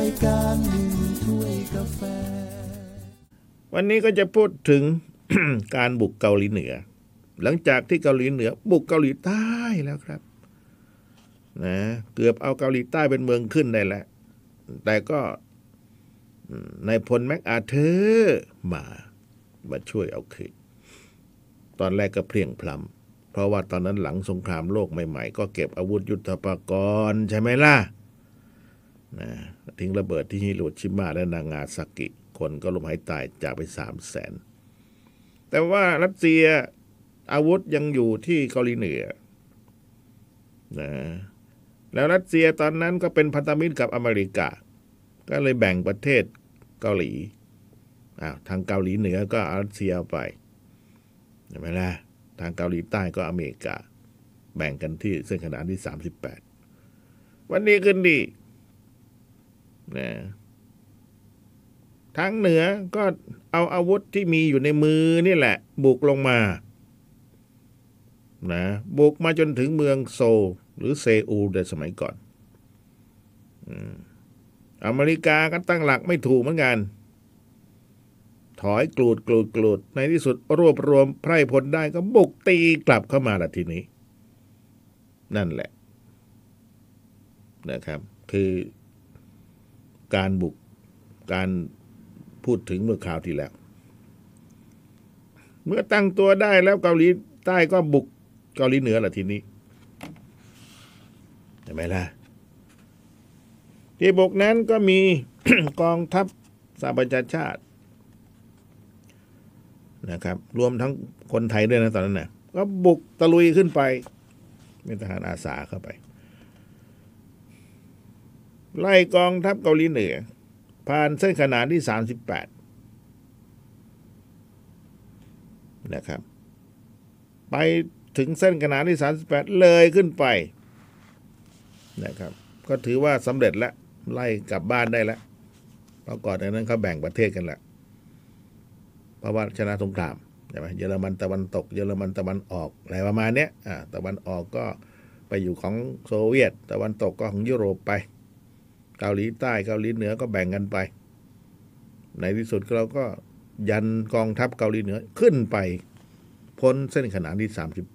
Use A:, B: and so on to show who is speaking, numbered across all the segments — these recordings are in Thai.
A: ายการดื่มถ้วยกาแฟ
B: วันนี้ก็จะพูดถึง การบุกเกาหลีเหนือหลังจากที่เกาหลีเหนือบุกเกาหลีใต้แล้วครับนะเกือบเอาเกาหลีใต้เป็นเมืองขึ้นได้แล้วแต่ก็นายพลแม็กอาเธอร์มาช่วยเอาคืนตอนแรกก็เพลียงพล้ำเพราะว่าตอนนั้นหลังสงครามโลกใหม่ๆก็เก็บอาวุธยุทโธปกรณ์ใช่ไหมล่ะนะทิ้งระเบิดที่ฮิโรชิมาและนางาซากิคนก็ล้มหายตายจากไป300,000แต่ว่ารัสเซียอาวุธยังอยู่ที่เกาหลีเหนือนะแล้วรัสเซียตอนนั้นก็เป็นพันธมิตรกับอเมริกาก็เลยแบ่งประเทศเกาหลีทางเกาหลีเหนือก็รัสเซียไปใช่ไหมล่ะทางเกาหลีใต้ก็อเมริกาแบ่งกันที่เส้นขนานที่38วันนี้ขึ้นดีนะทางเหนือก็เอาอาวุธที่มีอยู่ในมือนี่แหละบุกลงมานะบุกมาจนถึงเมืองโซลหรือเซอูลในสมัยก่อนอเมริกาก็ตั้งหลักไม่ถูกเหมือนกันถอยกรูดในที่สุดรวบรวมไพร่พลได้ก็บุกตีกลับเข้ามาละทีนี้นั่นแหละนะครับคือการบุกการพูดถึงเมื่อคราวที่แล้วเมื่อตั้งตัวได้แล้วเกาหลีใต้ก็บุกเกาหลีเหนือละทีนี้เห็นไหมล่ะที่บุกนั้นก็มี กองทัพสหประชาชาตินะครับรวมทั้งคนไทยด้วยนะตอนนั้นนะก็บุกตะลุยขึ้นไปเป็นทหารอาสาเข้าไปไล่กองทัพเกาหลีเหนือผ่านเส้นขนานที่38นะครับไปถึงเส้นขนานที่38เลยขึ้นไปนะครับก็ถือว่าสำเร็จแล้วไล่กลับบ้านได้แล้วเพราะก่อนนั้นเขาแบ่งประเทศกันแล้วเพราะว่าชนะสงครามใช่ไหมเยอรมันตะวันตกเยอรมันตะวันออกอะไรประมาณเนี้ยตะวันออกก็ไปอยู่ของโซเวียตตะวันตกก็ของยุโรปไปเกาหลีใต้เกาหลีเหนือก็แบ่งกันไปในที่สุดเราก็ยันกองทัพเกาหลีเหนือขึ้นไปพ้นเส้นขนานที่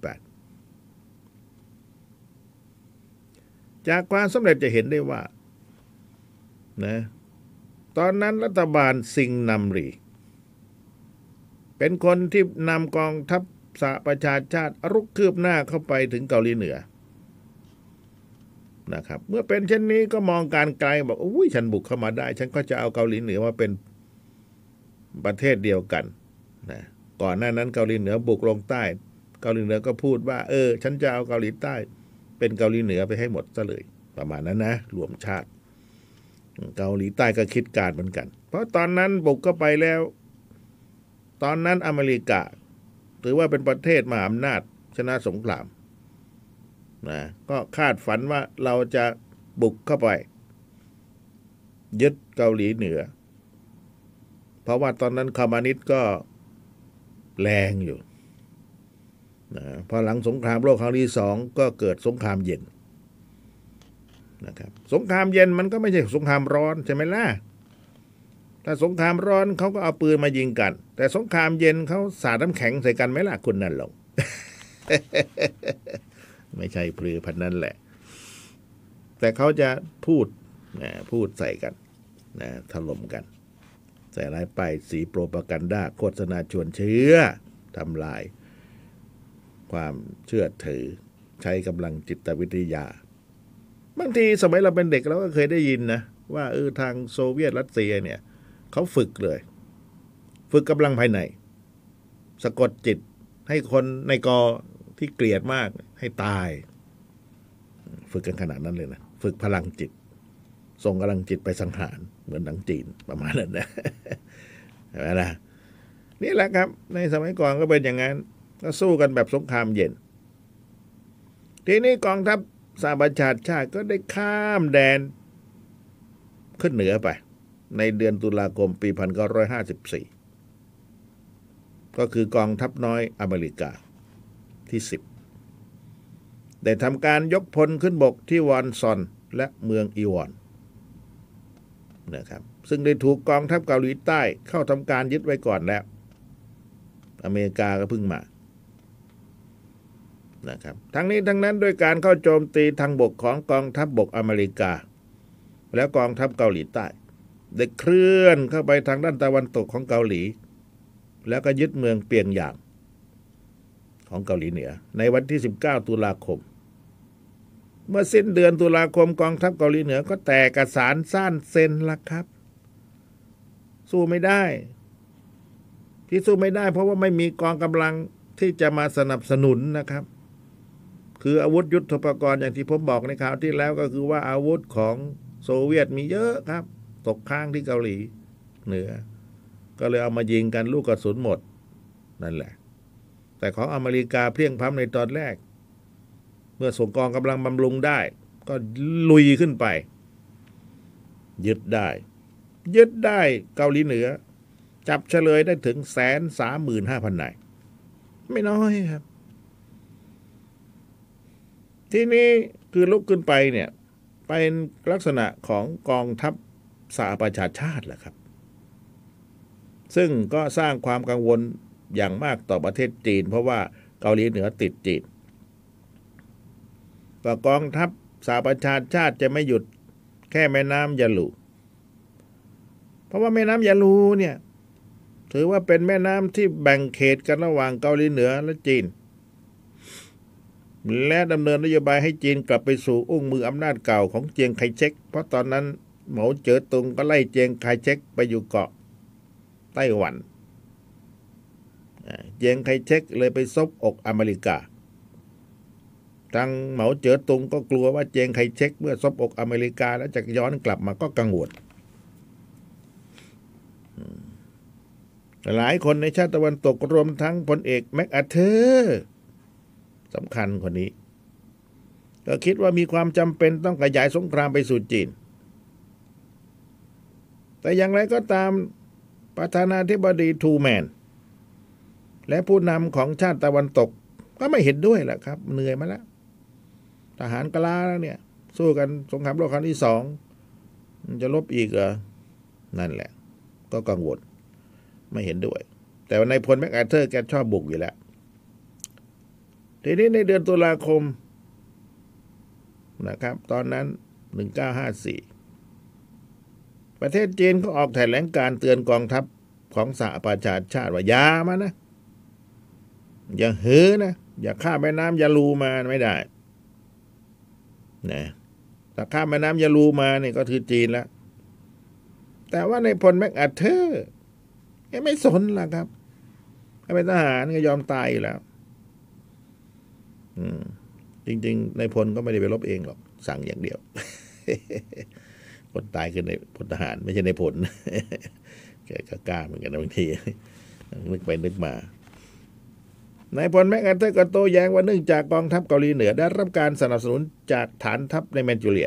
B: 38จากความสำเร็จจะเห็นได้ว่านะตอนนั้นรัฐบาลซิงนัมรีเป็นคนที่นำกองทัพสหประชาชาติรุกคืบหน้าเข้าไปถึงเกาหลีเหนือนะครับเมื่อเป็นเช่นนี้ก็มองการไกลบอกอุ้ยฉันบุกเข้ามาได้ฉันก็จะเอาเกาหลีเหนือมาเป็นประเทศเดียวกันนะก่อนหน้านั้นเกาหลีเหนือบุกลงใต้เกาหลีเหนือก็พูดว่าฉันจะเอาเกาหลีใต้เป็นเกาหลีเหนือไปให้หมดซะเลยประมาณนั้นนะรวมชาติเกาหลีใต้ก็คิดการเหมือนกันเพราะตอนนั้นบุกเข้าไปแล้วตอนนั้นอเมริกาถือว่าเป็นประเทศมหาอำนาจชนะสงครามนะก็คาดฝันว่าเราจะบุกเข้าไปยึดเกาหลีเหนือเพราะว่าตอนนั้นคอมมิวนิสต์ก็แรงอยู่นะพอหลังสงครามโลกครั้งที่2ก็เกิดสงครามเย็นนะครับสงครามเย็นมันก็ไม่ใช่สงครามร้อนใช่ไหมล่ะถ้าสงครามร้อนเขาก็เอาปืนมายิงกันแต่สงครามเย็นเขาสาดน้ำแข็งใส่กันไหมล่ะคุณนั่นหรอก ไม่ใช่พลือพันนั้นแหละแต่เขาจะพูดใส่กันถล่มกันใส่ร้ายป้ายสีโปรปากันดาโฆษณาชวนเชื่อทำลายความเชื่อถือใช้กำลังจิตวิทยาบางทีสมัยเราเป็นเด็กเราก็เคยได้ยินนะว่าทางโซเวียตรัสเซียเนี่ยเขาฝึกเลยฝึกกำลังภายในสะกดจิตให้คนในกอที่เกลียดมากให้ตายฝึกกันขนาดนั้นเลยนะฝึกพลังจิตส่งกำลังจิตไปสังหารเหมือนหนังจีนประมาณนั้นนะเห็นไหมล่ะนี่แหละครับในสมัยก่อนก็เป็นอย่างนั้นก็สู้กันแบบสงครามเย็นทีนี้กองทัพสหประชาชาติก็ได้ข้ามแดนขึ้นเหนือไปในเดือนตุลาคมปี1954ก็คือกองทัพน้อยอเมริกาที่10ได้ทำการยกพลขึ้นบกที่วอนซอนและเมืองอีวอนนะครับซึ่งได้ถูกกองทัพเกาหลีใต้เข้าทำการยึดไว้ก่อนแล้วอเมริกาก็เพิ่งมานะครับทั้งนี้ทั้งนั้นด้วยการเข้าโจมตีทางบกของกองทัพบกอเมริกาแล้วกองทัพเกาหลีใต้ได้เคลื่อนเข้าไปทางด้านตะวันตกของเกาหลีแล้วก็ยึดเมืองเปียงยางของเกาหลีเหนือในวันที่19ตุลาคมเมื่อสิ้นเดือนตุลาคมกองทัพเกาหลีเหนือก็แตกกระสานซ่านเซนละครับสู้ไม่ได้ที่สู้ไม่ได้เพราะว่าไม่มีกองกำลังที่จะมาสนับสนุนนะครับคืออาวุธยุทโธปกรณ์อย่างที่ผมบอกในข่าวที่แล้วก็คือว่าอาวุธของโซเวียตมีเยอะครับตกค้างที่เกาหลีเหนือก็เลยเอามายิงกันลูกกระสุนหมดนั่นแหละแต่ของอเมริกาเพลียงพล้ำในตอนแรกเมื่อส่งกองกำลังบำรุงได้ก็ลุยขึ้นไปยึดได้เกาหลีเหนือจับเฉลยได้ถึง135,000 นายไม่น้อยครับทีนี้คือลุกขึ้นไปเนี่ยเป็นลักษณะของกองทัพสหประชาชาติแหละครับซึ่งก็สร้างความกังวลอย่างมากต่อประเทศจีนเพราะว่าเกาหลีเหนือติดจีนก็กองทัพสหประชาชาติจะไม่หยุดแค่แม่น้ำยาลูเพราะว่าแม่น้ำยาลูเนี่ยถือว่าเป็นแม่น้ำที่แบ่งเขตกันระหว่างเกาหลีเหนือและจีนและดำเนินนโยบายให้จีนกลับไปสู่อุ้งมืออำนาจเก่าของเจียงไคเชกเพราะตอนนั้นเหมาเจ๋อตุงก็ไล่เจียงไคเชกไปอยู่เกาะไต้หวันเจียงไคเชกเลยไปซบอกอเมริกาทางเหมาเจ๋อตุงก็กลัวว่าเจียงไคเชกเมื่อซบอกอเมริกาแล้วจะย้อนกลับมาก็กังวลหลายคนในชาติตะวันตกรวมทั้งพลเอกแมคอาเธอร์สำคัญคนนี้ก็คิดว่ามีความจำเป็นต้องขยายสงครามไปสู่จีนแต่อย่างไรก็ตามประธานาธิบดีทูแมนและผู้นำของชาติตะวันตกก็ไม่เห็นด้วยแหละครับเหนื่อยมาแล้วทหารกล้าแล้วเนี่ยสู้กันสงครามโลกครั้งที่2จะลบอีกเหรอนั่นแหละก็กังวลไม่เห็นด้วยแต่ว่านายพลแมคอาเธอร์แกชอบบุกอยู่แล้วทีนี้ในเดือนตุลาคมนะครับตอนนั้น1954ประเทศจีนก็ออกแถลงการเตือนกองทัพของสหประชาชาติว่าอย่ามานะอย่าหือนะอย่าข้ามแม่น้ำยาลูมาไม่ได้นะถ้าข้ามแม่น้ำยาลูมาเนี่ยก็คือจีนแล้วแต่ว่าในพลแมคอาเธอร์ไม่สนล่ะครับเป็นทหารก็ยอมตายอยู่แล้วจริงๆในพลก็ไม่ได้ไปรบเองหรอกสั่งอย่างเดียว คนตายคือในพลทหารไม่ใช่ในพล แกก็กล้าเหมือนกันบางทีนึกไปนึกมานายพลแมคอาเธอร์ก็โต้แย้งว่าเนื่องจากกองทัพเกาหลีเหนือได้รับการสนับสนุนจากฐานทัพในแมนจูเรีย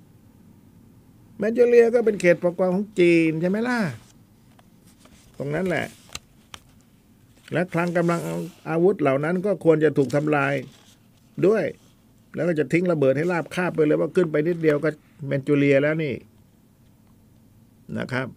B: ก็เป็นเขตปกครองของจีนใช่ไหมล่ะตรงนั้นแหละและคลังกำลังอาวุธเหล่านั้นก็ควรจะถูกทำลายด้วยแล้วก็จะทิ้งระเบิดให้ราบคาบไปเลยว่าขึ้นไปนิดเดียวก็แมนจูเรียแล้วนี่นะครับ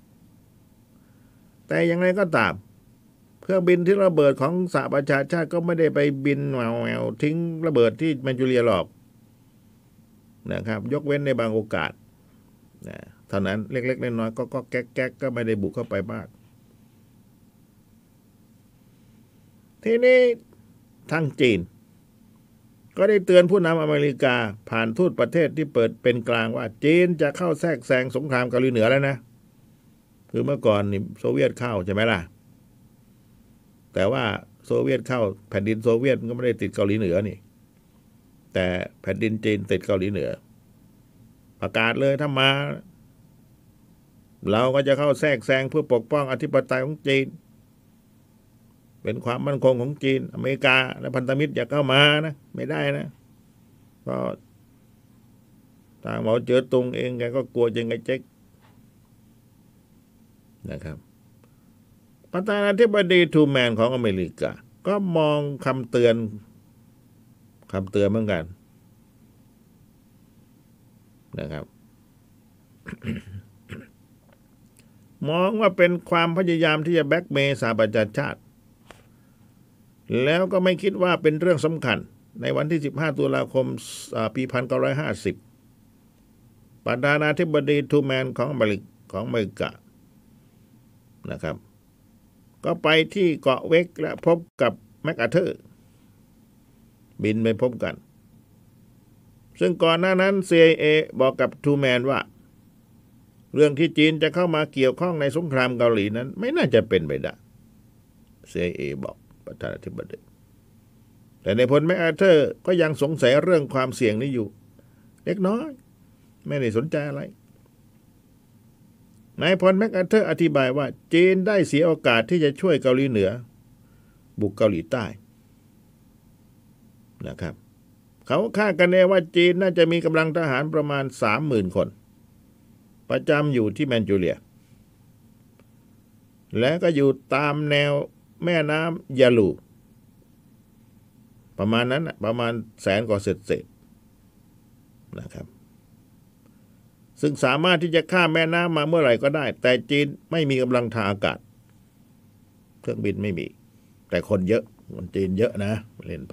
B: แต่อย่างไรก็ตามเครื่องบินที่ระเบิดของสหประชาชาติก็ไม่ได้ไปบินแหวทิ้งระเบิดที่แมนจูเรียหรอกนะครับยกเว้นในบางโอกาสเท่านั้นเล็กๆน้อยๆก็แก๊กก็ไม่ได้บุกเข้าไปมากทีนี้ทางจีนก็ได้เตือนผู้นำอเมริกาผ่านทูตประเทศที่เปิดเป็นกลางว่าจีนจะเข้าแทรกแซงสงครามเกาหลีเหนือแล้วนะคือเมื่อก่อนนี่โซเวียตเข้าใช่ไหมล่ะแต่ว่าโซเวียตเข้าแผ่นดินโซเวียตก็ไม่ได้ติดเกาหลีเหนือนี่แต่แผ่นดินจีนติดเกาหลีเหนือประกาศเลยถ้ามาเราก็จะเข้าแทรกแซงเพื่อปกป้องอธิปไตยของจีนเป็นความมั่นคงของจีนอเมริกาและพันธมิตรอย่าเข้ามานะไม่ได้นะเพราะทางเหมาเจ๋อตุงเองแกก็กลัวเจียงไคเชกนะครับประธานาธิบดีทูแมนของอเมริกาก็มองคำเตือนเหมือนกันนะครับมองว่าเป็นความพยายามที่จะแบล็กเมย์สหประชาชาติแล้วก็ไม่คิดว่าเป็นเรื่องสำคัญในวันที่15ตุลาคมปี1950ประธานาธิบดีทูแมนของอเมริกานะครับก็ไปที่เกาะเวกและพบกับแมคอาเธอร์บินไปพบกันซึ่งก่อนหน้านั้น CIA บอกกับทูแมนว่าเรื่องที่จีนจะเข้ามาเกี่ยวข้องในสงครามเกาหลีนั้นไม่น่าจะเป็นไปได้ CIA บอกประธานาธิบดีแต่ในพลแมคอาเธอร์ก็ยังสงสัยเรื่องความเสี่ยงนี้อยู่เล็กน้อยไม่ได้สนใจอะไรนายพลแมคอาเธอร์อธิบายว่าจีนได้เสียโอกาสที่จะช่วยเกาหลีเหนือบุกเกาหลีใต้นะครับเขาคาดกันแน่ว่าจีนน่าจะมีกำลังทหารประมาณ 30,000 คนประจำอยู่ที่แมนจูเรียและก็อยู่ตามแนวแม่น้ำยาลูประมาณนั้นประมาณ100,000 กว่าเศษนะครับซึ่งสามารถที่จะข้ามแม่น้ำมาเมื่อไหร่ก็ได้แต่จีนไม่มีกำลังทางอากาศเครื่องบินไม่มีแต่คนเยอะคนจีนเยอะนะเล่นไป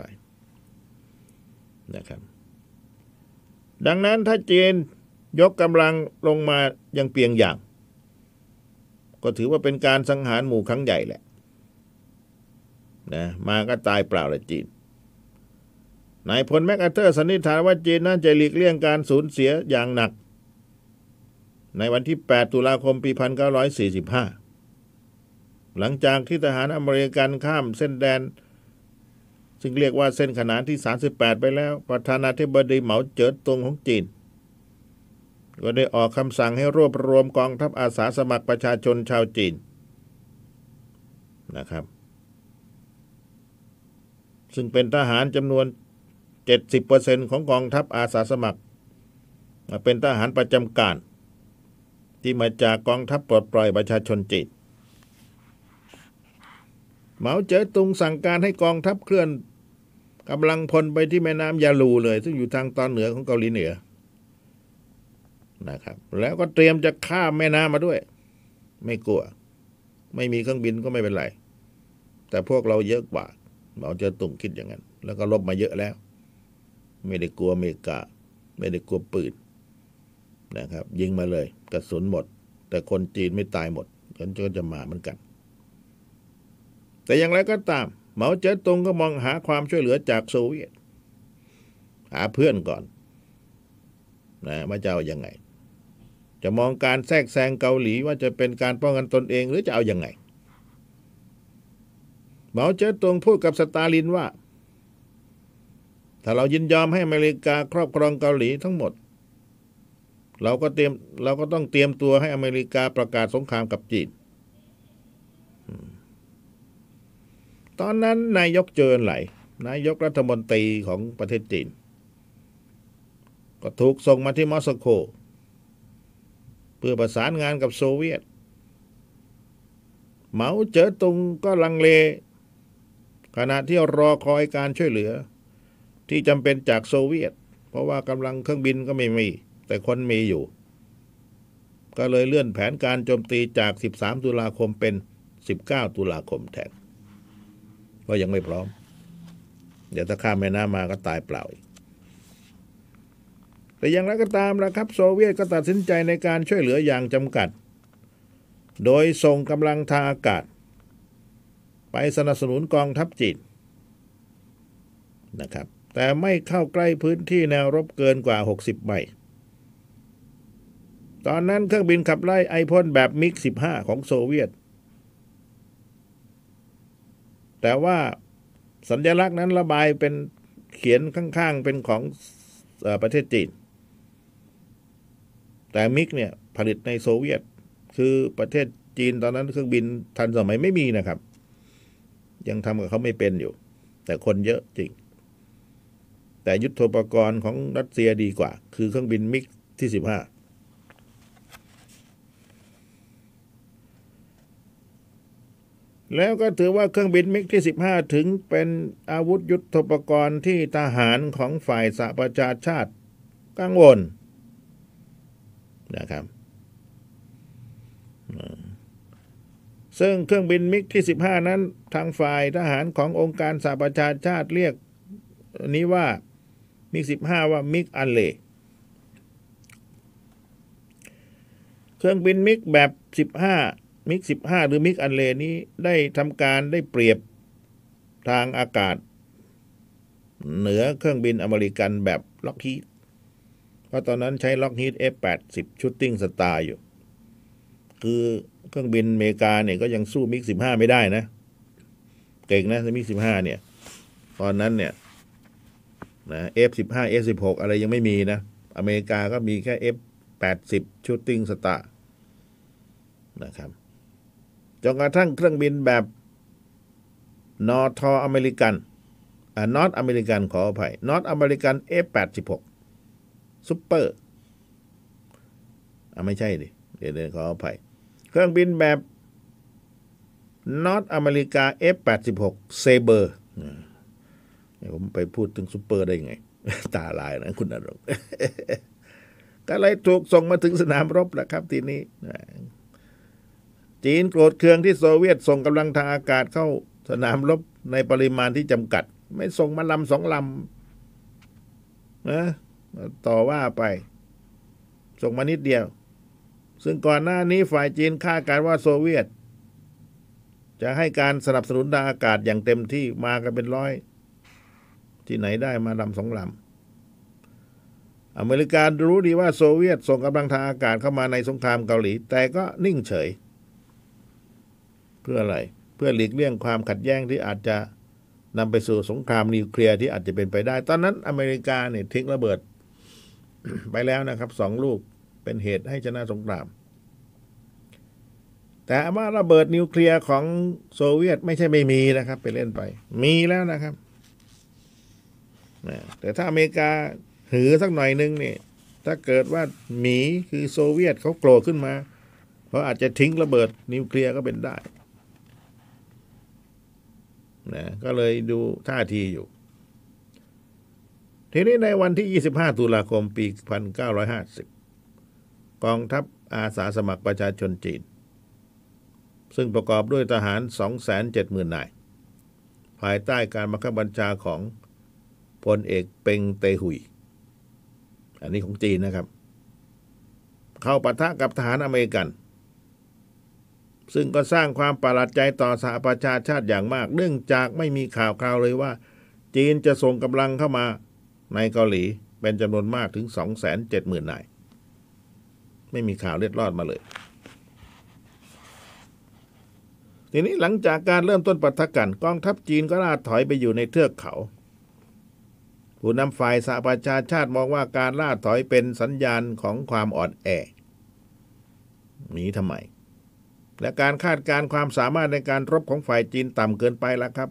B: นะครับดังนั้นถ้าจีนยกกำลังลงมายังเปียงหยางก็ถือว่าเป็นการสังหารหมู่ครั้งใหญ่แหละนะมาก็ตายเปล่าละจีนนายพลแมคอาเธอร์สันนิษฐานว่าจีนน่าจะหลีกเลี่ยงการสูญเสียอย่างหนักในวันที่8ตุลาคมปี1945หลังจากที่ทหารอเมริกันข้ามเส้นแดนซึ่งเรียกว่าเส้นขนานที่38ไปแล้วประธานาธิบดีเหมาเจ๋อตงของจีนก็ได้ออกคำสั่งให้รวบรวมกองทัพอาสาสมัครประชาชนชาวจีนนะครับซึ่งเป็นทหารจำนวน 70% ของกองทัพอาสาสมัครมาเป็นทหารประจำการที่มาจากกองทัพปลดปล่อยประชาชนจีนเหมาเจ๋อตุงสั่งการให้กองทัพเคลื่อนกำลังพลไปที่แม่น้ำยาลูเลยซึ่งอยู่ทางตอนเหนือของเกาหลีเหนือนะครับแล้วก็เตรียมจะข้ามแม่น้ำมาด้วยไม่กลัวไม่มีเครื่องบินก็ไม่เป็นไรแต่พวกเราเยอะกว่าเหมาเจ๋อตุงคิดอย่างนั้นแล้วก็ลบมาเยอะแล้วไม่ได้กลัวอเมริกาไม่ได้กลัวปืนนะครับยิงมาเลยกระสุนหมดแต่คนจีนไม่ตายหมดก็จะมาเหมือนกันแต่อย่างไรก็ตามเหมาเจ๋อตุงก็มองหาความช่วยเหลือจากโซเวียตหาเพื่อนก่อนนะว่าจะเอายังไงจะมองการแทรกแซงเกาหลีว่าจะเป็นการป้องกันตนเองหรือจะเอายังไงเหมาเจ๋อตุงพูดกับสตาลินว่าถ้าเรายินยอมให้อเมริกาครอบครองเกาหลีทั้งหมดเราก็ต้องเตรียมตัวให้อเมริกาประกาศสงครามกับจีนตอนนั้นนายกเจินไหลนายกรัฐมนตรีของประเทศจีนก็ถูกส่งมาที่มอสโกเพื่อประสานงานกับโซเวียตเหมาเจ๋อตุงก็ลังเลขณะที่รอคอยการช่วยเหลือที่จำเป็นจากโซเวียตเพราะว่ากำลังเครื่องบินก็ไม่มีแต่คนมีอยู่ก็เลยเลื่อนแผนการโจมตีจาก13ตุลาคมเป็น19ตุลาคมแทนก็ยังไม่พร้อมเดี๋ยวถ้าข้ามแม่น้ำมาก็ตายเปล่าอีกแต่อย่างไรก็ตามนะครับโซเวียตก็ตัดสินใจในการช่วยเหลืออย่างจำกัดโดยส่งกำลังทางอากาศไปสนับสนุนกองทัพจีนนะครับแต่ไม่เข้าใกล้พื้นที่แนวรบเกินกว่า60 ไมล์ตอนนั้นเครื่องบินขับไล่ไอพ่นแบบมิก15ของโซเวียตแต่ว่าสัญลักษณ์นั้นระบายเป็นเขียนข้างๆเป็นของประเทศจีนแต่มิกเนี่ยผลิตในโซเวียตคือประเทศจีนตอนนั้นเครื่องบินทันสมัยไม่มีนะครับยังทำกับเขาไม่เป็นอยู่แต่คนเยอะจริงแต่ยุทโธปกรณ์ของรัสเซียดีกว่าคือเครื่องบินมิกที่15แล้วก็ถือว่าเครื่องบินมิกที่15ถึงเป็นอาวุธยุทโธปกรณ์ที่ทหารของฝ่ายสหประชาชาติกังวลนะครับซึ่งเครื่องบินมิกที่15นั้นทางฝ่ายทหารขององค์การสหประชาชาติเรียกนี้ว่ามิก15ว่ามิกอันเลเครื่องบินมิกแบบ15มิก15หรือมิกอันเลนี้ได้ทำการได้เปรียบทางอากาศเหนือเครื่องบินอเมริกันแบบล็อกฮีดเพราะตอนนั้นใช้ล็อกฮีด F80 ชูตติ้งสตาร์อยู่คือเครื่องบินอเมริกาเนี่ยก็ยังสู้มิก15ไม่ได้นะเก่งนะมิก15เนี่ยตอนนั้นเนี่ยนะ F15 F16 อะไรยังไม่มีนะอเมริกาก็มีแค่ F80 ชูตติ้งสตาร์นะครับจนกระทั่งเครื่องบินแบบนอร์ทอเมริกันนอร์ทอเมริกันขออภัยนอร์ทอเมริกัน F86 ซุปเปอร์ไม่ใช่ดิเดี๋ยวขออภัยเครื่องบินแบบนอร์ทอเมริกา F86 เซเบอร์ผมไปพูดถึงซุปเปอร์ได้ไงตาลายนะคุณนรงค์ ก็เลยถูกส่งมาถึงสนามรบแหละครับทีนี้จีนโกรธเคืองที่โซเวียตส่งกำลังทางอากาศเข้าสนามรบในปริมาณที่จำกัดไม่ส่งมาลำ2 ลำนะต่อว่าไปส่งมานิดเดียวซึ่งก่อนหน้านี้ฝ่ายจีนคาดการณ์ว่าโซเวียตจะให้การสนับสนุนทางอากาศอย่างเต็มที่มากันเป็นร้อยที่ไหนได้มาลำ2 ลำอเมริการู้ดีว่าโซเวียตส่งกำลังทางอากาศเข้ามาในสงครามเกาหลีแต่ก็นิ่งเฉยเพื่ออะไรเพื่อหลีกเลี่ยงความขัดแย้งที่อาจจะนำไปสู่สงครามนิวเคลียร์ที่อาจจะเป็นไปได้ตอนนั้นอเมริกาเนี่ยทิ้งระเบิด ไปแล้วนะครับ2 ลูกเป็นเหตุให้ชนะสงครามแต่ว่าระเบิดนิวเคลียร์ของโซเวียตไม่ใช่ไม่มีนะครับไปเล่นไปมีแล้วนะครับแต่ถ้าอเมริกาหือสักหน่อยนึงเนี่ยถ้าเกิดว่าหมีคือโซเวียตเขาโกรธขึ้นมาเพราะอาจจะทิ้งระเบิดนิวเคลียร์ก็เป็นได้นะก็เลยดูท่าทีอยู่ทีนี้ในวันที่25ตุลาคมปี1950กองทัพอาสาสมัครประชาชนจีนซึ่งประกอบด้วยทหาร 270,000 นายภายใต้การบังคับบัญชาของพลเอกเป็งเตหุยอันนี้ของจีนนะครับเข้าปะทะกับทหารอเมริกันซึ่งก็สร้างความประหลาดใจต่อสหประชาชาติอย่างมากเนื่องจากไม่มีข่าวเลยว่าจีนจะส่งกำลังเข้ามาในเกาหลีเป็นจำนวนมากถึง 270,000 นายไม่มีข่าวเล็ดลอดมาเลยทีนี้หลังจากการเริ่มต้นปะทะกันกองทัพจีนก็ล่าถอยไปอยู่ในเทือกเขาผู้นำฝ่ายสหประชาชาติมองว่าการล่าถอยเป็นสัญญาณของความอ่อนแอหนีทำไมและการคาดการณ์ความสามารถในการรบของฝ่ายจีนต่ำเกินไปแล้วครับ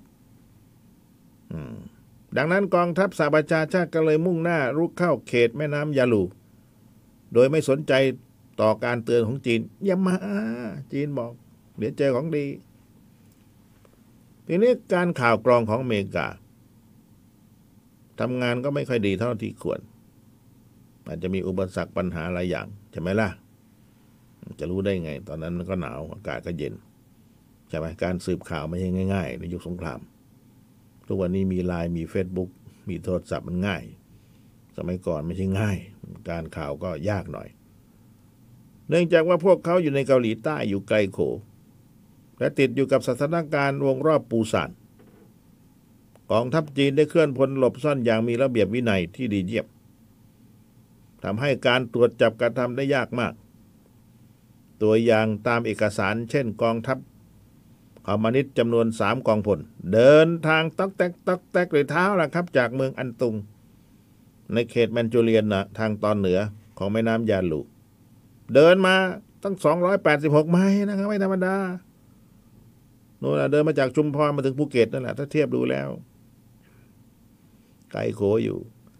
B: ดังนั้นกองทัพสหประชาชาติก็เลยมุ่งหน้ารุกเข้าเขตแม่น้ำยาลูโดยไม่สนใจต่อการเตือนของจีนอย่ามาจีนบอกเดี๋ยวเจอของดีทีนี้การข่าวกรองของอเมริกาทำงานก็ไม่ค่อยดีเท่าที่ควรอาจจะมีอุปสรรคปัญหาหลายอย่างใช่ไหมล่ะจะรู้ได้ไงตอนนั้นมันก็หนาวอากาศก็เย็นใช่ไหมการสืบข่าวไม่ใช่ง่ายๆในยุคสงครามทุกวันนี้มีไลน์มี Facebook มีโทรศัพท์มันง่ายสมัยก่อนไม่ใช่ง่ายการข่าวก็ยากหน่อยเนื่องจากว่าพวกเขาอยู่ในเกาหลีใต้อยู่ไกลโขและติดอยู่กับสถานการณ์วงรอบปูซานกองทัพจีนได้เคลื่อนพลหลบซ่อนอย่างมีระเบียบวินัยที่ดีเยี่ยมทำให้การตรวจจับกระทำได้ยากมากตัวอย่างตามเอกสารเช่นกองทัพคอมมิวนิสต์จำนวน3 กองพลเดินทางต๊อกแต๊กด้วยเท้าล่ะครับจากเมืองอันตุงในเขตแมนจูเรียนทางตอนเหนือของแม่น้ำยาลูเดินมาตั้ง286 ไมล์นะครับไม่ธรรมดาโน่นเดินมาจากชุมพรมาถึงภูเก็ตนั่นแหละถ้าเทียบดูแล้วไกลโขอยู่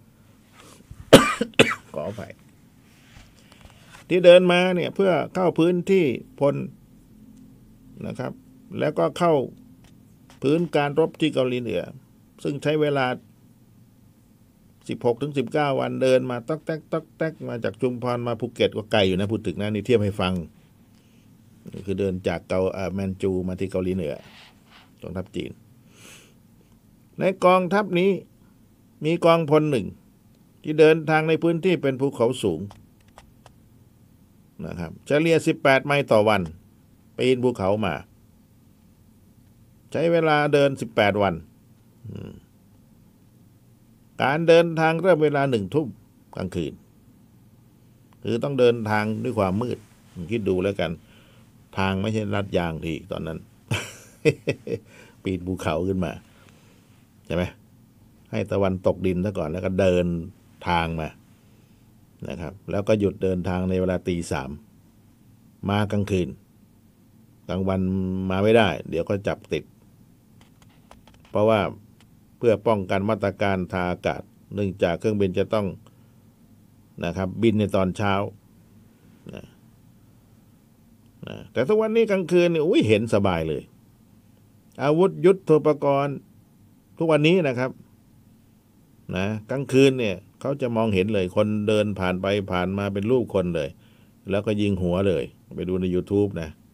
B: ขออภัยที่เดินมาเนี่ยเพื่อเข้าพื้นที่พลนะครับแล้วก็เข้าพื้นการรบที่เกาหลีเหนือซึ่งใช้เวลา 16-19 วันเดินมาต๊อกแต๊กมาจากชุมพรมาภูเก็ตก็ไกลอยู่นะพูดถึงนะนี่เทียบให้ฟังคือเดินจากแมนจูมาที่เกาหลีเหนือกองทัพจีนในกองทัพนี้มีกองพลหนึ่งที่เดินทางในพื้นที่เป็นภูเขาสูงนะครับเฉลี่ย18 ไมล์ต่อวันปีนภูเขามาใช้เวลาเดิน18 วันการเดินทางเริ่มเวลา1 ทุ่มกลางคืนคือต้องเดินทางด้วยความมืดคิดดูแล้วกันทางไม่ใช่ลาดยางทีตอนนั้น ปีนภูเขาขึ้นมาใช่ไหมให้ตะวันตกดินซะก่อนแล้วก็เดินทางมานะครับแล้วก็หยุดเดินทางในเวลาตี 3มากลางคืนกลางวันมาไม่ได้เดี๋ยวก็จับติดเพราะว่าเพื่อป้องกันมาตรการทางอากาศเนื่องจากเครื่องบินจะต้องนะครับบินในตอนเช้านะแต่ทุกวันนี้กลางคืนนี่เห็นสบายเลยอาวุธยุทโธปกรณ์ทุกวันนี้นะครับนะกลางคืนเนี่ยเขาจะมองเห็นเลยคนเดินผ่านไปผ่านมาเป็นรูปคนเลยแล้วก็ยิงหัวเลยไปดูใน YouTube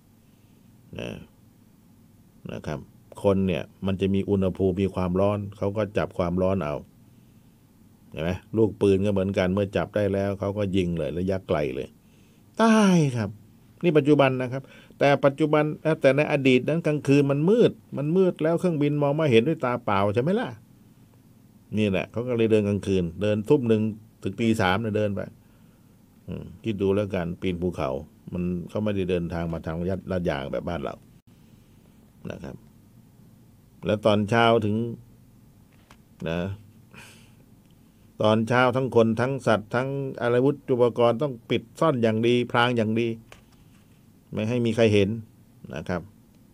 B: นะครับคนเนี่ยมันจะมีอุณหภูมิมีความร้อนเขาก็จับความร้อนเอาเห็นไหมลูกปืนก็เหมือนกันเมื่อจับได้แล้วเขาก็ยิงเลยระยะไกลเลยตายครับนี่ปัจจุบันนะครับแต่ปัจจุบันแต่ในอดีตนั้นกลางคืนมันมืดแล้วเครื่องบินมองไม่เห็นด้วยตาเปล่าใช่ไหมล่ะนี่แหละเขาก็เลยเดินกลางคืนเดินทุ่ม 1ถึงตี 3เนี่ยเดินไปคิดดูแล้วกันปีนภูเขามันเขาไม่ได้เดินทางมาทางลาดยางแบบบ้านเรานะครับแล้วตอนเช้าถึงนะตอนเช้าทั้งคนทั้งสัตว์ทั้งอาวุธอุปกรณ์ต้องปิดซ่อนอย่างดีพรางอย่างดีไม่ให้มีใครเห็นนะครับ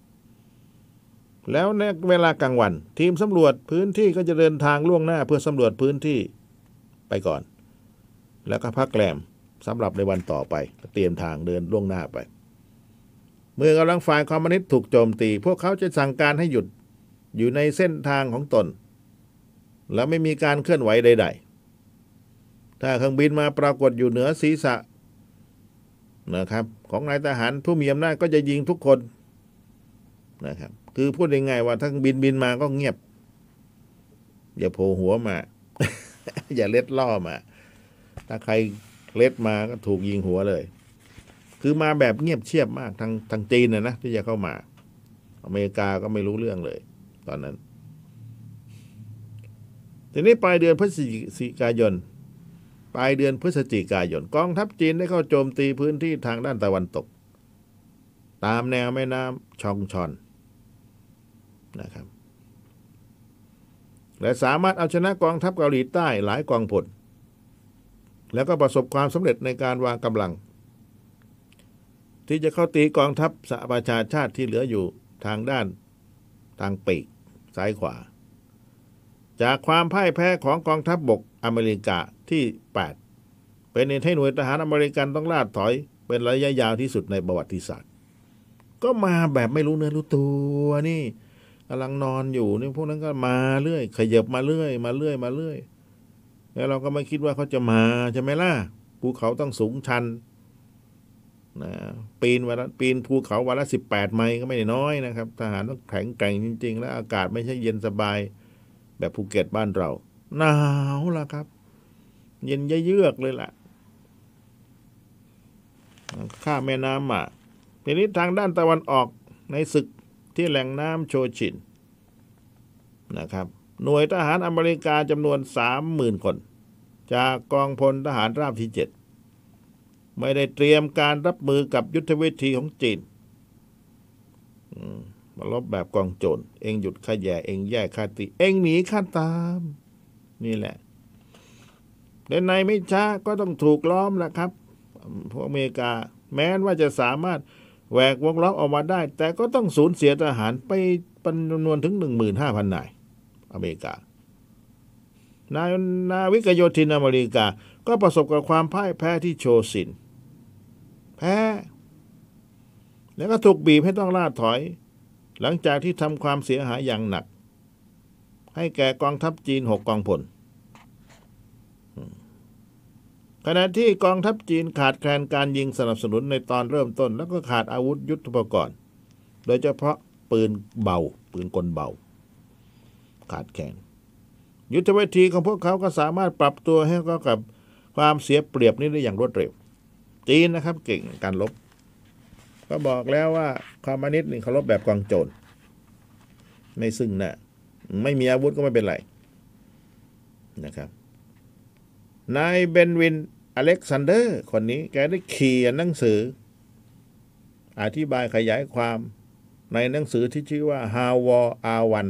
B: แล้วในเวลากลางวันทีมสำรวจพื้นที่ก็จะเดินทางล่วงหน้าเพื่อสำรวจพื้นที่ไปก่อนแล้วก็พักแรมสำหรับในวันต่อไปเตรียมทางเดินล่วงหน้าไปเมื่อกำลังฝ่ายคอมมิวนิสต์ถูกโจมตีพวกเขาจะสั่งการให้หยุดอยู่ในเส้นทางของตนแล้วไม่มีการเคลื่อนไหวใดๆถ้าเครื่องบินมาปรากฏอยู่เหนือศีรษะนะครับของนายทหารผู้มีอำนาจก็จะยิงทุกคนนะครับคือพูดง่ายๆว่าถ้าเครื่องบินมาก็เงียบอย่าโผล่หัวมา อย่าเล็ดล่อมาถ้าใครเล็ดมาก็ถูกยิงหัวเลยคือมาแบบเงียบเชียบมากทางจีนนะที่จะเข้ามาอเมริกาก็ไม่รู้เรื่องเลยตอนนั้นทีนี้ปลายเดือนพฤศจิกายนกองทัพจีนได้เข้าโจมตีพื้นที่ทางด้านตะวันตกตามแนวแม่น้ำชองชอนนะครับและสามารถเอาชนะกองทัพเกาหลีใต้หลายกองพลแล้วก็ประสบความสำเร็จในการวางกำลังที่จะเข้าตีกองทัพสหประชาชาติที่เหลืออยู่ทางปีกซ้ายขวาจากความพ่ายแพ้ของกองทัพบกอเมริกาที่ 8เป็นเหตุให้หน่วยทหารอเมริกันต้องล่าถอยเป็นระยะยาวที่สุดในประวัติศาสตร์ก็มาแบบไม่รู้เนื้อรู้ตัวนี่กำลังนอนอยู่นี่พวกนั้นก็มาเรื่อยขยับมาเรื่อยแล้วเราก็ไม่คิดว่าเขาจะมาใช่ไหมล่ะภูเขาต้องสูงชันนะปีนภูเขาวันละ18 ไมล์ก็ไม่ได้น้อยนะครับทหารต้องแข็งแกร่งจริงๆและอากาศไม่ใช่เย็นสบายแบบภูเก็ตบ้านเราหนาวล่ะครับเย็นเยือกเลยล่ะข้ามแม่น้ำมาทีนี้ทางด้านตะวันออกในศึกที่แหล่งน้ำโชชินนะครับหน่วยทหารอเมริกาจำนวน 30,000 คนจากกองพลทหารราบที่ 7ไม่ได้เตรียมการรับมือกับยุทธวิธีของจีนมาลบแบบกองโจรเองหยุดข้าแย่เองแย่ข้าตีเองหนีข้าตามนี่แหละแต่ในไม่ช้าก็ต้องถูกล้อมแหละครับพวกอเมริกาแม้ว่าจะสามารถแหวกวงล้อมออกมาได้แต่ก็ต้องสูญเสียทหารไปเป็นจำนวนถึง 15,000 นายอเมริกนาวิกโยธินอเมริกาก็ประสบกับความพ่ายแพ้ที่โชซินแพ้แล้วก็ถูกบีบให้ต้องล่าถอยหลังจากที่ทำความเสียหายอย่างหนักให้แก่กองทัพจีน6 กองพลขณะที่กองทัพจีนขาดแคลนการยิงสนับสนุนในตอนเริ่มต้นแล้วก็ขาดอาวุธยุทโธปกรณ์โดยเฉพาะปืนเบาปืนกลเบาขาดแคลนยุทธวิธีของพวกเขาก็สามารถปรับตัวให้เข้ากับความเสียเปรียบนี้ได้อย่างรวดเร็วจีนนะครับเก่งการรบก็บอกแล้วว่าคอมมิวนิสต์นี่เขารบแบบกองโจรไม่ซึ่งหน้าไม่มีอาวุธก็ไม่เป็นไรนะครับนายเบนวินอเล็กซานเดอร์คนนี้แกได้เขียนหนังสืออธิบายขยายความในหนังสือที่ชื่อว่า How War R1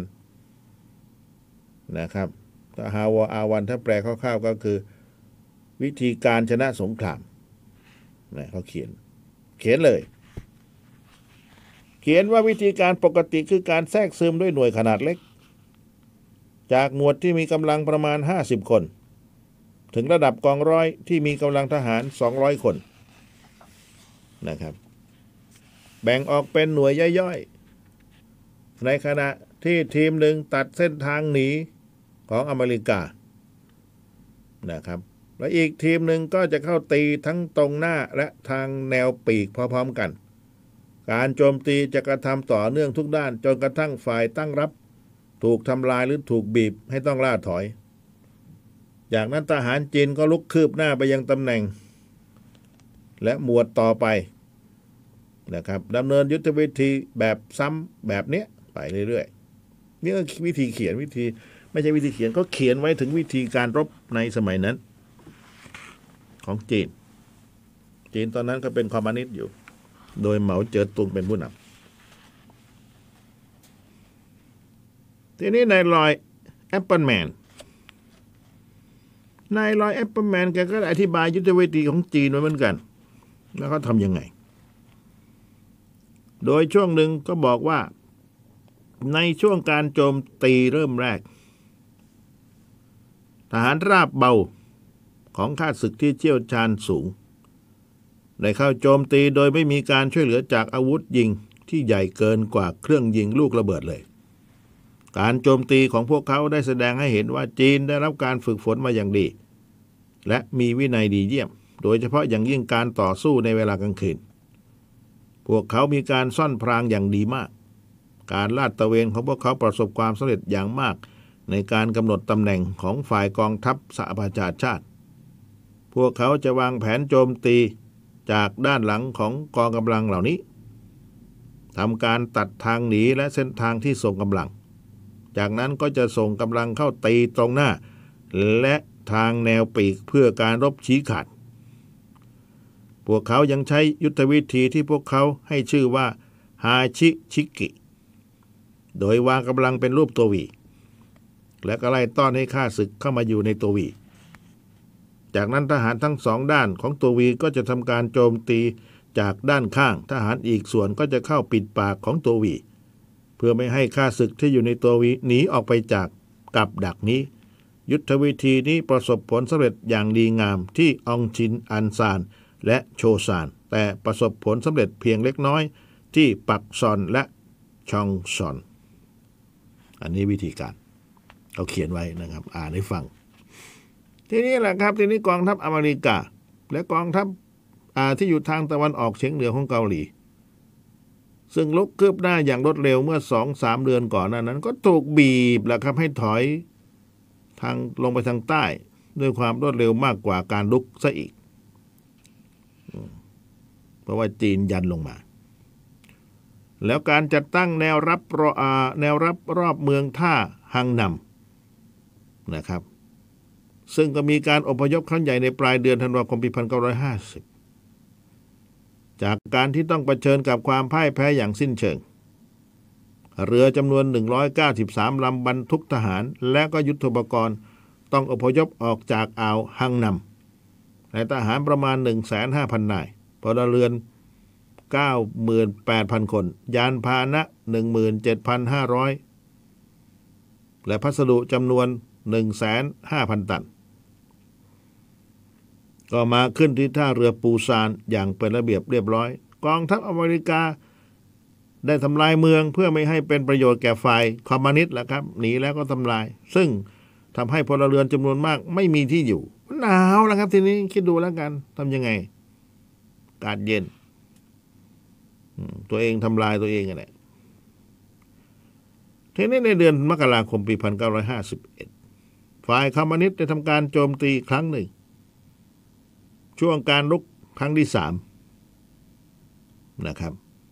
B: นะครับถ้า How War R1 ถ้าแปลคร่าวๆก็คือวิธีการชนะสงครามนะเขาเขียนเลยเขียนว่าวิธีการปกติคือการแทรกซึมด้วยหน่วยขนาดเล็กจากหมวดที่มีกำลังประมาณ50คนถึงระดับกองร้อยที่มีกำลังทหาร200คนนะครับแบ่งออกเป็นหน่วยย่อยๆในขณะที่ทีมหนึ่งตัดเส้นทางหนีของอเมริกานะครับและอีกทีมหนึ่งก็จะเข้าตีทั้งตรงหน้าและทางแนวปีกพร้อมๆกันการโจมตีจะกระทำต่อเนื่องทุกด้านจนกระทั่งฝ่ายตั้งรับถูกทำลายหรือถูกบีบให้ต้องล่าถอยจากนั้นทหารจีนก็ลุกคืบหน้าไปยังตำแหน่งและหมวดต่อไปนะครับดำเนินยุทธวิธีแบบซ้ำแบบนี้ไปเรื่อยๆนี่ก็วิธีเขียนวิธีไม่ใช่วิธีเขียนก็เขียนไว้ถึงวิธีการรบในสมัยนั้นของจีนตอนนั้นก็เป็นคอมมิวนิสต์อยู่โดยเหมาเจ๋อตุงเป็นผู้นำทีนี้นายลอยแอปเปิลแมนแกก็อธิบายยุทธวิธีของจีนไว้เหมือนกันแล้วเขาทำยังไงโดยช่วงหนึ่งก็บอกว่าในช่วงการโจมตีเริ่มแรกทหารราบเบาของข้าศึกที่เชี่ยวชาญสูงได้เข้าโจมตีโดยไม่มีการช่วยเหลือจากอาวุธยิงที่ใหญ่เกินกว่าเครื่องยิงลูกระเบิดเลยการโจมตีของพวกเขาได้แสดงให้เห็นว่าจีนได้รับการฝึกฝนมาอย่างดีและมีวินัยดีเยี่ยมโดยเฉพาะอย่างยิ่งการต่อสู้ในเวลากลางคืนพวกเขามีการซ่อนพรางอย่างดีมากการลาดตระเวนของพวกเขาประสบความสำเร็จอย่างมากในการกำหนดตำแหน่งของฝ่ายกองทัพสหประชาชาติพวกเขาจะวางแผนโจมตีจากด้านหลังของกองกำลังเหล่านี้ทำการตัดทางหนีและเส้นทางที่ส่งกำลังจากนั้นก็จะส่งกำลังเข้าตีตรงหน้าและทางแนวปีกเพื่อการรบชี้ขาดพวกเขายังใช้ยุทธวิธีที่พวกเขาให้ชื่อว่าฮาชิชิกิโดยวางกำลังเป็นรูปตัววีและก็ไล่ต้อนให้ข้าศึกเข้ามาอยู่ในตัววีจากนั้นทหารทั้งสองด้านของตัววีก็จะทำการโจมตีจากด้านข้างทหารอีกส่วนก็จะเข้าปิดปากของตัววีเพื่อไม่ให้ข้าศึกที่อยู่ในตัววีหนีออกไปจากกับดักนี้ยุทธวิธีนี้ประสบผลสำเร็จอย่างดีงามที่อองชินอันซานและโชซานแต่ประสบผลสำเร็จเพียงเล็กน้อยที่ปักซอนและชองซอนอันนี้วิธีการเขาเขียนไว้นะครับอ่านให้ฟังทีนี้แหละครับทีนี้กองทัพอเมริกาและกองทัพที่อยู่ทางตะวันออกเฉียงเหนือของเกาหลีซึ่งลุกคืบหน้าอย่างรวดเร็วเมื่อ 2-3 เดือนก่อนนั้นก็ถูกบีบแหละครับให้ถอยทางลงไปทางใต้ด้วยความรวดเร็วมากกว่าการลุกซะอีกเพราะว่าจีนยันลงมาแล้วการจัดตั้งแนวรับรอบเมืองท่าฮังนำนะครับซึ่งก็มีการอพยพครั้งใหญ่ในปลายเดือนธันวาคมปี 1950 จากการที่ต้องเผชิญกับความพ่ายแพ้อย่างสิ้นเชิงเรือจำนวน193ลำบรรทุกทหารและก็ยุทโธปกรณ์ต้องอพยพออกจากอ่าวฮังนำและทหารประมาณ 150,000 นายพลเรือน 98,000 คนยานพาหนะ 17,500 และพัสดุจำนวน 150,000 ตันก็มาขึ้นที่ท่าเรือปูซานอย่างเป็นระเบียบเรียบร้อยกองทัพอเมริกาได้ทำลายเมืองเพื่อไม่ให้เป็นประโยชน์แก่ฝ่ายคอมมิวนิสต์แหละครับหนีแล้วก็ทำลายซึ่งทำให้พลเรือนจำนวนมากไม่มีที่อยู่หนาวแล้วครับทีนี้คิดดูแล้วกันทำยังไงอากาศเย็นตัวเองทำลายตัวเองกันแหละทีนี้ในเดือนมกราคมปี 1951 ฝ่ายคอมมิวนิสต์ได้ทำการโจมตีครั้งหนึ่งช่วงการรุกครั้งที่3นะครับ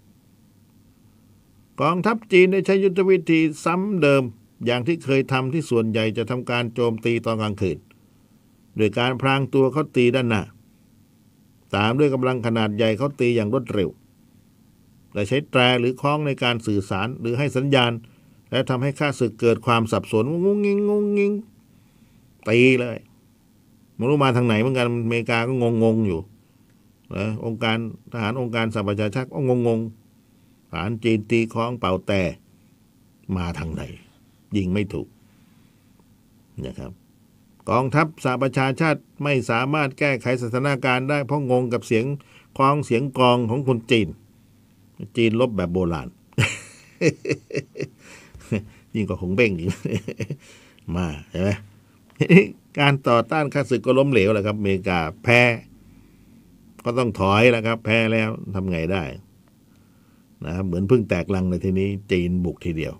B: กองทัพจีนได้ใช้ยุทธวิธีซ้ำเดิมอย่างที่เคยทำที่ส่วนใหญ่จะทำการโจมตีตอนกลางคืนโดยการพรางตัวเขาตีด้านหน้าตามด้วยกำลังขนาดใหญ่เขาตีอย่างรวดเร็วและใช้แตรหรือคล้องในการสื่อสารหรือให้สัญญาณและทำให้ข้าศึกเกิดความสับสนงงงิงงงงิงตีเลยไม่รู้มาทางไหนเหมือนกันอเมริกาก็งงอยู่นะองค์การทหารองค์การสหประชาชาติก็งงทหารจีนตีคล้องเป่าแต่มาทางไหนยิงไม่ถูกนะครับกองทัพสหประชาชาติไม่สามารถแก้ไขสถานการณ์ได้เพราะงงกับเสียงคล้องเสียงกลองของคนจีนลบแบบโบราณ ยิ่งกว่าหงเบ้งอีก มาใช่ไหม การต่อต้านข้าศึกก็ล้มเหลวแหละครับอเมริกาแพ้ก็ต้องถอยแล้วครับแพ้แล้วทำไงได้นะครับเหมือนพึ่งแตกลังในทีนี้จีนบุกทีเดียว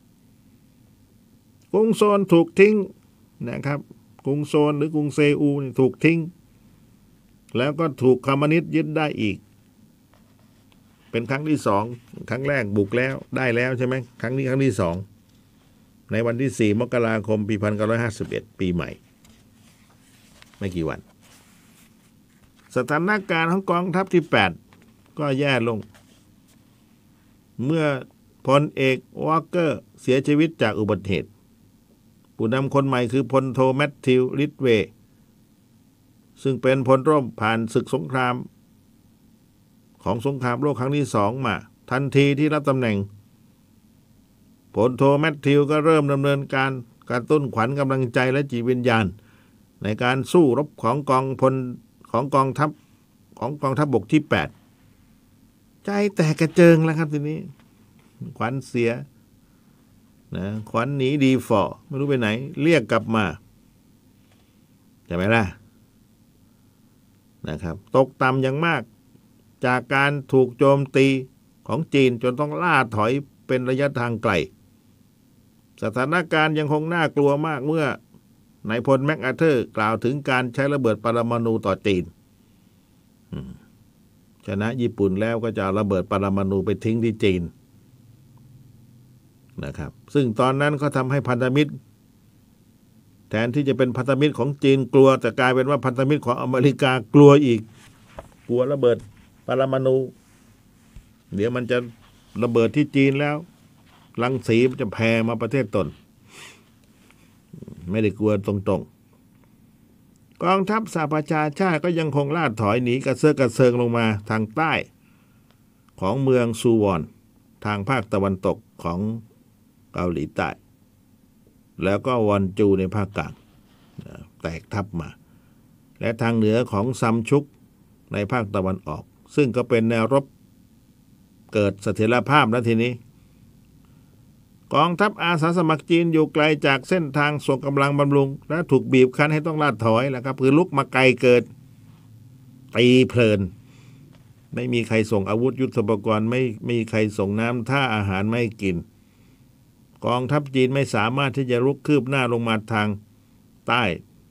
B: กรุงโซลถูกทิ้งนะครับกรุงโซลหรือกรุงเซอูลถูกทิ้งแล้วก็ถูกคอมมิวนิสต์ยึดได้อีกเป็นครั้งที่2ครั้งแรกบุกแล้วได้แล้วใช่ไหมครั้งที่2ในวันที่4 มกราคมปี 1951 ปีใหม่ไม่กี่วันสถานการณ์ของกองทัพที่8ก็แย่ลงเมื่อพลเอกวอลเกอร์เสียชีวิตจากอุบัติเหตุผู้นำคนใหม่คือพลโทแมทธิวริดเวย์ซึ่งเป็นพลร่มผ่านศึกสงครามของสงครามโลกครั้งที่2มาทันทีที่รับตำแหน่งพลโทแมทธิวก็เริ่มดำเนินการกระตุ้นขวัญกำลังใจและจิตวิญญาณในการสู้รบของกองทัพบกที่8ใจแตกกระเจิงแล้วครับทีนี้ขวัญเสียนะขวัญหนีดีฟอร์ไม่รู้ไปไหนเรียกกลับมาใช่ไหมล่ะนะครับตกต่ำอย่างมากจากการถูกโจมตีของจีนจนต้องล่าถอยเป็นระยะทางไกลสถานการณ์ยังคงน่ากลัวมากเมื่อนายพลแมคอาร์เธอร์กล่าวถึงการใช้ระเบิดปรมาณูต่อจีนชนะญี่ปุ่นแล้วก็จะระเบิดปรมาณูไปทิ้งที่จีนนะครับซึ่งตอนนั้นก็ทำให้พันธมิตรแทนที่จะเป็นพันธมิตรของจีนกลัวแต่กลายเป็นว่าพันธมิตรของอเมริกากลัวอีกกลัวระเบิดปรมาณูเดี๋ยวมันจะระเบิดที่จีนแล้วรังสีมันจะแผ่มาประเทศตนไม่ได้กลัวตรงๆกองทัพสหประชาชาติก็ยังคงล่าถอยหนีกระเซาะกระเซิงลงมาทางใต้ของเมืองซูวอนทางภาคตะวันตกของเกาหลีใต้แล้วก็วอนจูในภาคกลางแตกทับมาและทางเหนือของซัมชุกในภาคตะวันออกซึ่งก็เป็นแนวรบเกิดเสถียรภาพแล้วทีนี้กองทัพอาสาสมัครจีนอยู่ไกลจากเส้นทางส่งกำลังบำรุงและถูกบีบคั้นให้ต้องล่าถอยแล้วครับคือลุกมาไกลเกิดตีเพลินไม่มีใครส่งอาวุธยุทโธปกรณ์ไม่มีใครส่งน้ำท่าอาหารไม่กินกองทัพจีนไม่สามารถที่จะรุกคืบหน้าลงมาทางใต้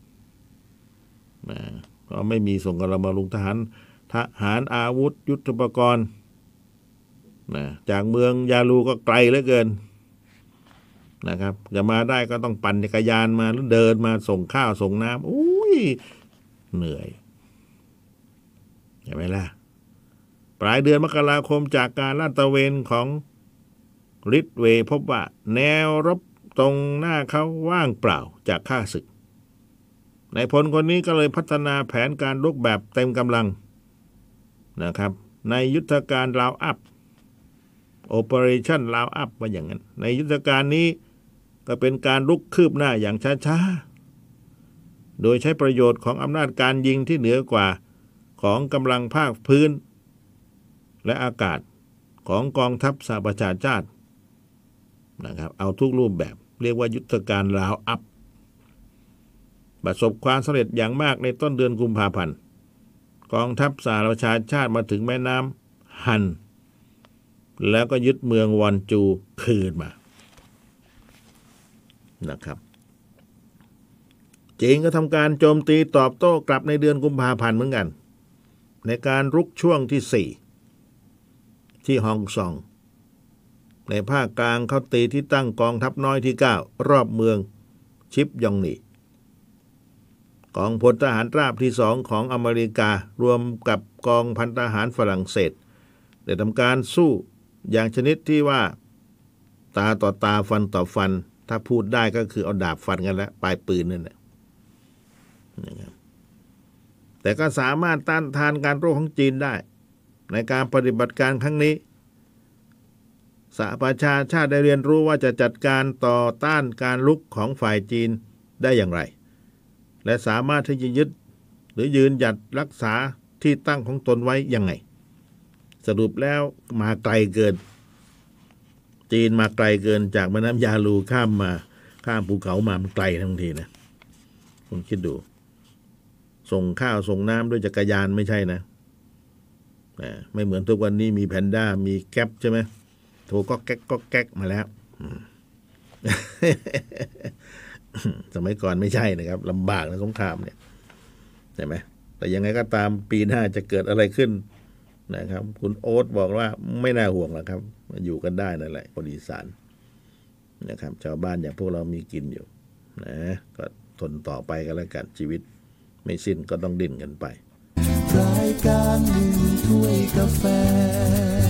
B: ก็ไม่มีส่งกำลังบำรุงทหารอาวุธยุทโธปกรณ์จากเมืองยาลูก็ไกลเหลือเกินนะครับจะมาได้ก็ต้องปั่นจักรยานมาหรือเดินมาส่งข้าวส่งน้ำอุ้ยเหนื่อยใช่ไหมล่ะปลายเดือนมกราคมจากการลาดตระเวนของริดเวย์พบว่าแนวรบตรงหน้าเขาว่างเปล่าจากข้าศึกนายพลคนนี้ก็เลยพัฒนาแผนการรุกแบบเต็มกำลังนะครับในยุทธการลาวอัพ Operation ลาวอัพว่าอย่างนั้นในยุทธการนี้ก็เป็นการรุกคืบหน้าอย่างช้าๆโดยใช้ประโยชน์ของอำนาจการยิงที่เหนือกว่าของกำลังภาคพื้นและอากาศของกองทัพสหประชาชาตินะครับเอาทุกรูปแบบเรียกว่ายุทธการลาวอัพประสบความสำเร็จอย่างมากในต้นเดือนกุมภาพันธ์กองทัพสหประชาชาติมาถึงแม่น้ำฮันแล้วก็ยึดเมืองวอนจูคืนมานะครับจีนก็ทำการโจมตีตอบโต้กลับในเดือนกุมภาพันธ์เหมือนกันในการรุกช่วงที่4ที่ฮองซองในภาคกลางเขาตีที่ตั้งกองทัพน้อยที่9รอบเมืองชิปยองนีกองพลทหารราบที่2ของอเมริการวมกับกองพันทหารฝรั่งเศสได้ทำการสู้อย่างชนิดที่ว่าตาต่อตาฟันต่อฟันถ้าพูดได้ก็คือเอาดาบฟันกันแล้วปลายปืนนั่นแหละนะครับแต่ก็สามารถต้านทานการรบของจีนได้ในการปฏิบัติการครั้งนี้สหประชาชาติได้เรียนรู้ว่าจะจัดการต่อต้านการลุกของฝ่ายจีนได้อย่างไรและสามารถที่จะยึดหรือยืนหยัดรักษาที่ตั้งของตนไว้ยังไงสรุปแล้วมาไกลเกินจีนมาไกลเกินจากแม่น้ำยาลูข้ามภูเขามามันไกลทั้งทีนะคุณคิดดูส่งข้าวส่งน้ำด้วยจักรยานไม่ใช่นะไม่เหมือนทุกวันนี้มีแพนด้ามีแก๊ปใช่ไหมโทรก็แก๊กมาแล้ว สมัยก่อนไม่ใช่นะครับลำบากนะสงครามเนี่ยใช่ไหมแต่ยังไงก็ตามปีหน้าจะเกิดอะไรขึ้นนะครับคุณโอ๊ตบอกว่าไม่น่าห่วงหรอกครับอยู่กันได้นั่นแหละคนอีสานนะครับชาวบ้านอย่างพวกเรามีกินอยู่นะก็ทนต่อไปกันแล้วกันชีวิตไม่สิ้นก็ต้องดิ้นกันไป
A: รายการหนึ่งถ้วยกาแฟ